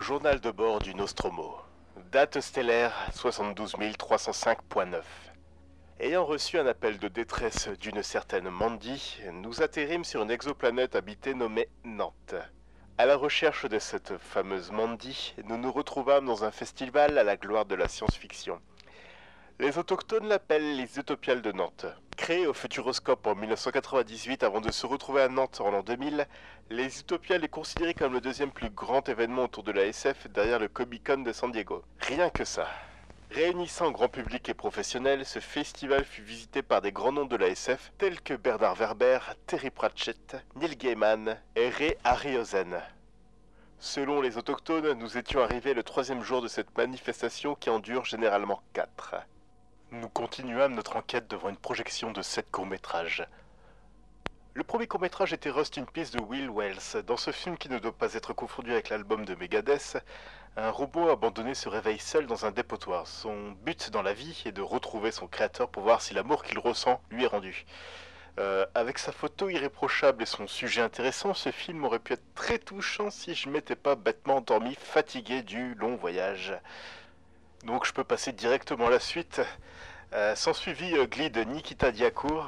Journal de bord du Nostromo. Date stellaire 72305.9. Ayant reçu un appel de détresse d'une certaine Mandy, nous atterrîmes sur une exoplanète habitée nommée Nantes. À la recherche de cette fameuse Mandy, nous nous retrouvâmes dans un festival à la gloire de la science-fiction. Les autochtones l'appellent les Utopiales de Nantes. Créé au Futuroscope en 1998 avant de se retrouver à Nantes en l'an 2000, les Utopiales est considéré comme le deuxième plus grand événement autour de la SF derrière le Comic-Con de San Diego. Rien que ça. Réunissant grand public et professionnels, ce festival fut visité par des grands noms de la SF tels que Bernard Werber, Terry Pratchett, Neil Gaiman et Ray Harryhausen. Selon les autochtones, nous étions arrivés le troisième jour de cette manifestation qui en dure généralement 4. Nous continuâmes notre enquête devant une projection de 7 courts-métrages. Le premier court-métrage était Rust in Peace de Will Wells. Dans ce film qui ne doit pas être confondu avec l'album de Megadeth, un robot abandonné se réveille seul dans un dépotoir. Son but dans la vie est de retrouver son créateur pour voir si l'amour qu'il ressent lui est rendu. Avec sa photo irréprochable et son sujet intéressant, ce film aurait pu être très touchant si je m'étais pas bêtement endormi, fatigué du long voyage. Donc je peux passer directement à la suite. S'ensuivit Glee de Nikita Diacour.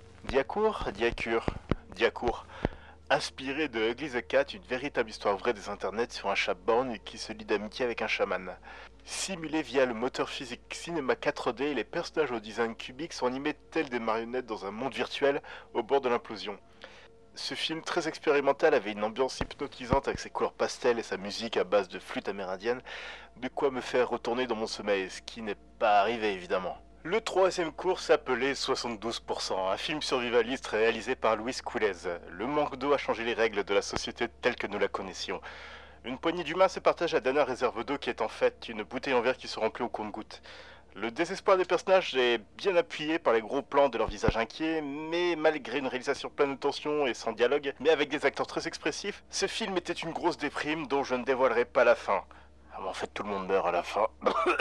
Diacour. Inspiré de Ugly the Cat, une véritable histoire vraie des internets sur un chat borgne qui se lie d'amitié avec un chaman. Simulé via le moteur physique Cinema 4D, les personnages au design cubique sont animés tels des marionnettes dans un monde virtuel au bord de l'implosion. Ce film très expérimental avait une ambiance hypnotisante avec ses couleurs pastel et sa musique à base de flûte amérindienne, de quoi me faire retourner dans mon sommeil, ce qui n'est pas arrivé évidemment. Le troisième cours s'appelait 72%, un film survivaliste réalisé par Luis Coulez. Le manque d'eau a changé les règles de la société telle que nous la connaissions. Une poignée d'humains se partage la dernière réserve d'eau qui est en fait une bouteille en verre qui se remplit au compte-gouttes. Le désespoir des personnages est bien appuyé par les gros plans de leurs visages inquiets, mais malgré une réalisation pleine de tension et sans dialogue, mais avec des acteurs très expressifs, ce film était une grosse déprime dont je ne dévoilerai pas la fin. Ah mais en fait tout le monde meurt à la fin.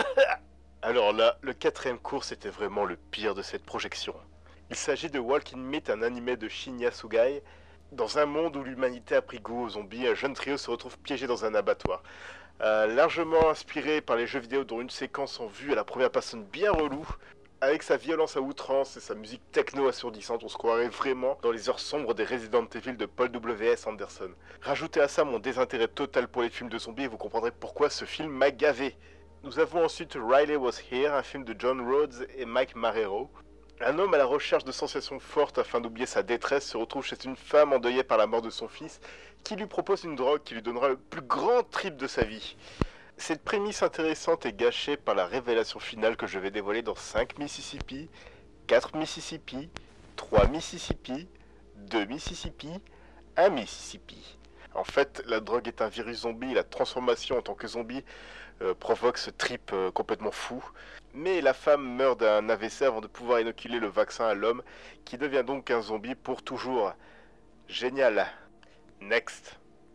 Alors là, le quatrième cours c'était vraiment le pire de cette projection. Il s'agit de Walking Meat, un animé de Shinya Sugai. Dans un monde où l'humanité a pris goût aux zombies, un jeune trio se retrouve piégé dans un abattoir. Largement inspiré par les jeux vidéo dont une séquence en vue à la première personne bien relou, avec sa violence à outrance et sa musique techno assourdissante, on se croirait vraiment dans les heures sombres des Resident Evil de Paul W.S. Anderson. Rajoutez à ça mon désintérêt total pour les films de zombies et vous comprendrez pourquoi ce film m'a gavé. Nous avons ensuite Riley Was Here, un film de John Rhodes et Mike Marrero. Un homme à la recherche de sensations fortes afin d'oublier sa détresse se retrouve chez une femme endeuillée par la mort de son fils qui lui propose une drogue qui lui donnera le plus grand trip de sa vie. Cette prémisse intéressante est gâchée par la révélation finale que je vais dévoiler dans 5 Mississippi, 4 Mississippi, 3 Mississippi, 2 Mississippi, 1 Mississippi. En fait, la drogue est un virus zombie et la transformation en tant que zombie provoque ce trip complètement fou. Mais la femme meurt d'un AVC avant de pouvoir inoculer le vaccin à l'homme, qui devient donc un zombie pour toujours. Génial. Next.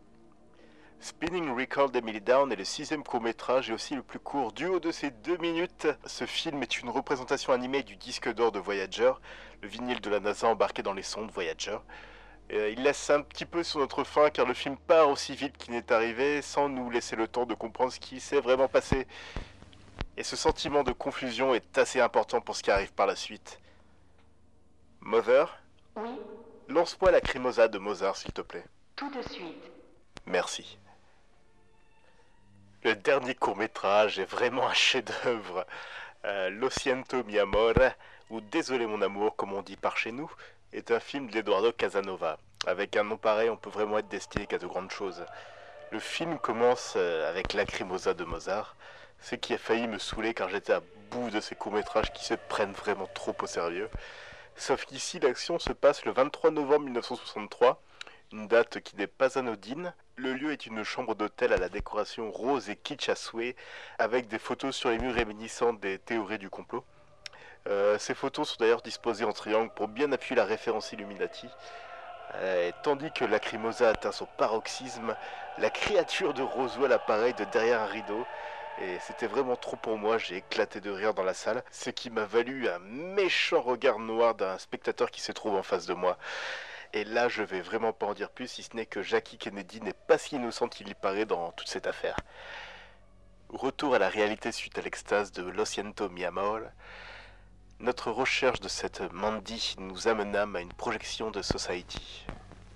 Spinning Record d'Emily Down est le 6e court-métrage et aussi le plus court. Du haut de ses 2 minutes, ce film est une représentation animée du disque d'or de Voyager, le vinyle de la NASA embarqué dans les sondes Voyager. Il laisse un petit peu sur notre faim car le film part aussi vite qu'il n'est arrivé sans nous laisser le temps de comprendre ce qui s'est vraiment passé. Et ce sentiment de confusion est assez important pour ce qui arrive par la suite. Mother ? Oui, Lance-moi la Lacrimosa de Mozart s'il te plaît. tout de suite. Merci. Le dernier court-métrage est vraiment un chef-d'œuvre. Lo siento mi amor, ou Désolé mon amour comme on dit par chez nous, est un film d'Eduardo Casanova. Avec un nom pareil, on peut vraiment être destiné qu'à de grandes choses. Le film commence avec Lacrimosa de Mozart, ce qui a failli me saouler car j'étais à bout de ces courts-métrages qui se prennent vraiment trop au sérieux. Sauf qu'ici, l'action se passe le 23 novembre 1963, une date qui n'est pas anodine. Le lieu est une chambre d'hôtel à la décoration rose et kitsch à souhait, avec des photos sur les murs réminiscentes des théories du complot. Ces photos sont d'ailleurs disposées en triangle pour bien appuyer la référence Illuminati. Tandis que Lacrimosa atteint son paroxysme, la créature de Roswell apparaît de derrière un rideau. Et c'était vraiment trop pour moi, j'ai éclaté de rire dans la salle, ce qui m'a valu un méchant regard noir d'un spectateur qui se trouve en face de moi. et là je vais vraiment pas en dire plus si ce n'est que Jackie Kennedy n'est pas si innocent qu'il y paraît dans toute cette affaire. Retour à la réalité suite à l'extase de Lo siento mi amor. Notre recherche de cette Mandy nous amenâmes à une projection de Society.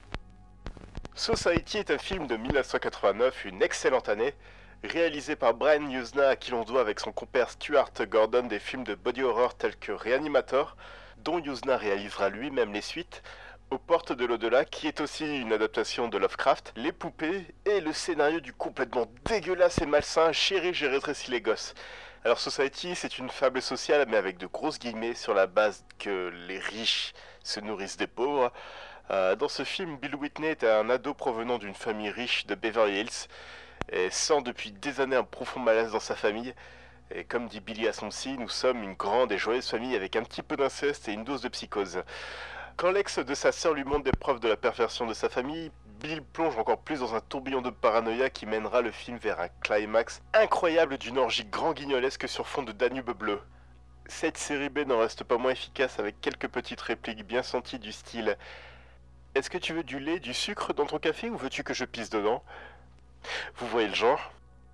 Society est un film de 1989, une excellente année, réalisé par Brian Yuzna à qui l'on doit avec son compère Stuart Gordon des films de body horror tels que Reanimator, dont Yuzna réalisera lui-même les suites, Aux portes de l'au-delà, qui est aussi une adaptation de Lovecraft, Les poupées et le scénario du complètement dégueulasse et malsain Chérie, j'ai rétréci les gosses. Alors Society, c'est une fable sociale mais avec de grosses guillemets sur la base que les riches se nourrissent des pauvres. Dans ce film, Bill Whitney est un ado provenant d'une famille riche de Beverly Hills et sent depuis des années un profond malaise dans sa famille. Et comme dit Billy à son psy, nous sommes une grande et joyeuse famille avec un petit peu d'inceste et une dose de psychose. Quand l'ex de sa sœur lui montre des preuves de la perversion de sa famille, Bill plonge encore plus dans un tourbillon de paranoïa qui mènera le film vers un climax incroyable d'une orgie grand guignolesque sur fond de Danube bleu. Cette série B n'en reste pas moins efficace avec quelques petites répliques bien senties du style « Est-ce que tu veux du lait, du sucre dans ton café ou veux-tu que je pisse dedans ?» Vous voyez le genre.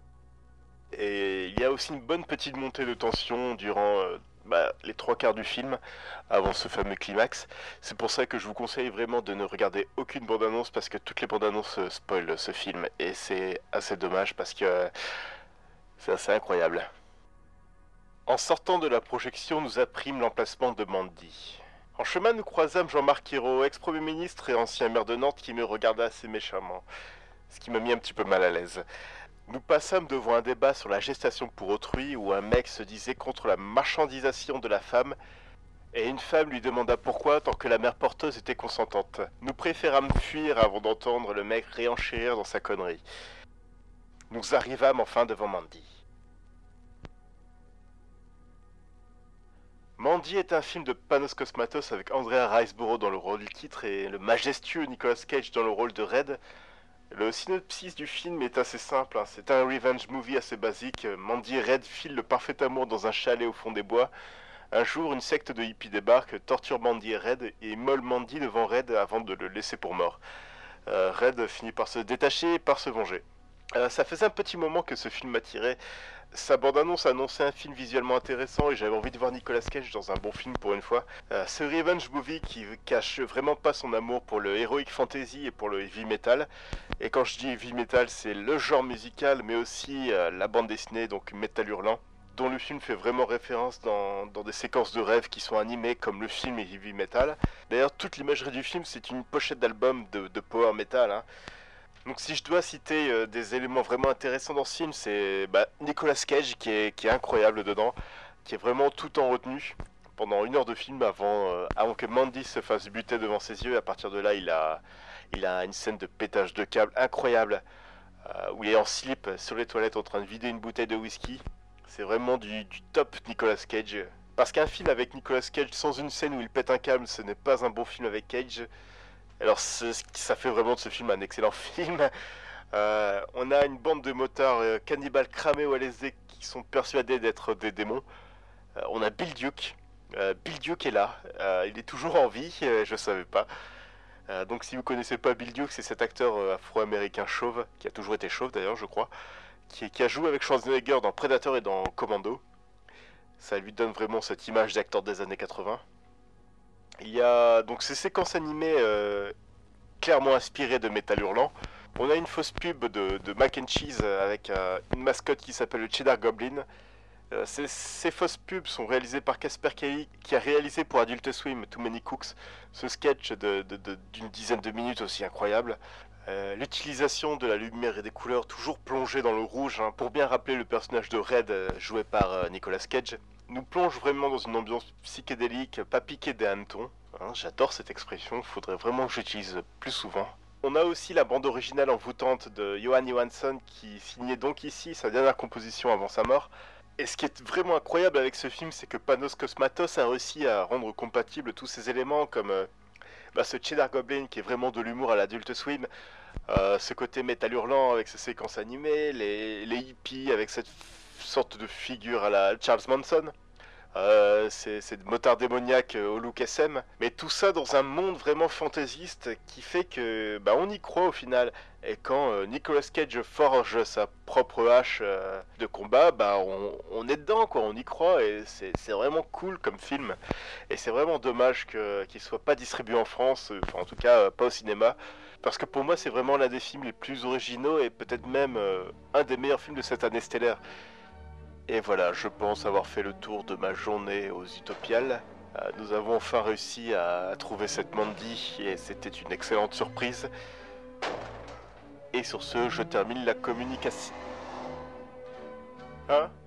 Et il y a aussi une bonne petite montée de tension durant les 3 quarts du film, avant ce fameux climax. C'est pour ça que je vous conseille vraiment de ne regarder aucune bande-annonce, parce que toutes les bandes-annonces spoilent ce film, et c'est assez dommage parce que c'est assez incroyable. En sortant de la projection, nous apprîmes l'emplacement de Mandy. En chemin, nous croisâmes Jean-Marc Ayrault, ex-premier ministre et ancien maire de Nantes, qui me regarda assez méchamment, ce qui m'a mis un petit peu mal à l'aise. Nous passâmes devant un débat sur la gestation pour autrui où un mec se disait contre la marchandisation de la femme et une femme lui demanda pourquoi tant que la mère porteuse était consentante. Nous préférâmes fuir avant d'entendre le mec réenchérir dans sa connerie. Nous arrivâmes enfin devant Mandy. Mandy est un film de Panos Cosmatos avec Andrea Riseborough dans le rôle du titre et le majestueux Nicolas Cage dans le rôle de Red. Le synopsis du film est assez simple, c'est un revenge movie assez basique. Mandy et Red filent le parfait amour dans un chalet au fond des bois. Un jour, une secte de hippies débarque, torture Mandy et Red et immole Mandy devant Red avant de le laisser pour mort. Red finit par se détacher et par se venger. Ça faisait un petit moment que ce film m'attirait. Sa bande-annonce annonçait un film visuellement intéressant et j'avais envie de voir Nicolas Cage dans un bon film pour une fois. Ce revenge movie qui cache vraiment pas son amour pour le heroic fantasy et pour le heavy metal. Et quand je dis heavy metal, c'est le genre musical mais aussi la bande dessinée, donc Metal Hurlant, dont le film fait vraiment référence dans des séquences de rêves qui sont animées comme le film est heavy metal. D'ailleurs, toute l'imagerie du film, c'est une pochette d'album de power metal. Donc si je dois citer des éléments vraiment intéressants dans ce film, c'est Nicolas Cage qui est incroyable dedans, qui est vraiment tout en retenue pendant 1 heure de film avant que Mandy se fasse buter devant ses yeux. À partir de là, il a une scène de pétage de câble incroyable où il est en slip sur les toilettes en train de vider une bouteille de whisky. C'est vraiment du top Nicolas Cage. Parce qu'un film avec Nicolas Cage sans une scène où il pète un câble, ce n'est pas un bon film avec Cage. Alors ça fait vraiment de ce film un excellent film. On a une bande de motards cannibales cramés au LSD qui sont persuadés d'être des démons. On a Bill Duke. Bill Duke est là. Il est toujours en vie, je savais pas. Donc si vous connaissez pas Bill Duke, c'est cet acteur afro-américain chauve, qui a toujours été chauve d'ailleurs je crois, qui a joué avec Schwarzenegger dans Predator et dans Commando. Ça lui donne vraiment cette image d'acteur des années 80. Il y a donc ces séquences animées clairement inspirées de Metal Hurlant. On a une fausse pub de Mac and Cheese avec une mascotte qui s'appelle le Cheddar Goblin. Ces fausses pubs sont réalisées par Casper Kelly qui a réalisé pour Adult Swim Too Many Cooks ce sketch d'une dizaine de minutes aussi incroyable. L'utilisation de la lumière et des couleurs toujours plongées dans le rouge pour bien rappeler le personnage de Red joué par Nicolas Cage nous plonge vraiment dans une ambiance psychédélique, pas piquée des hannetons. J'adore cette expression, faudrait vraiment que j'utilise plus souvent. On a aussi la bande originale envoûtante de Johan Johansson qui signait donc ici sa dernière composition avant sa mort. Et ce qui est vraiment incroyable avec ce film, c'est que Panos Cosmatos a réussi à rendre compatibles tous ces éléments comme ce Cheddar Goblin qui est vraiment de l'humour à l'Adult Swim, ce côté métal hurlant avec ses séquences animées, les hippies avec cette sorte de figure à la Charles Manson. C'est de motards démoniaques au look SM, mais tout ça dans un monde vraiment fantaisiste qui fait que bah, on y croit au final. Et quand Nicolas Cage forge sa propre hache de combat, bah on est dedans quoi, on y croit et c'est vraiment cool comme film. Et c'est vraiment dommage qu'il soit pas distribué en France, enfin en tout cas pas au cinéma, parce que pour moi c'est vraiment l'un des films les plus originaux et peut-être même un des meilleurs films de cette année stellaire. Et voilà, je pense avoir fait le tour de ma journée aux Utopiales. Nous avons enfin réussi à trouver cette Mandy et c'était une excellente surprise. Et sur ce, je termine la communication. Hein?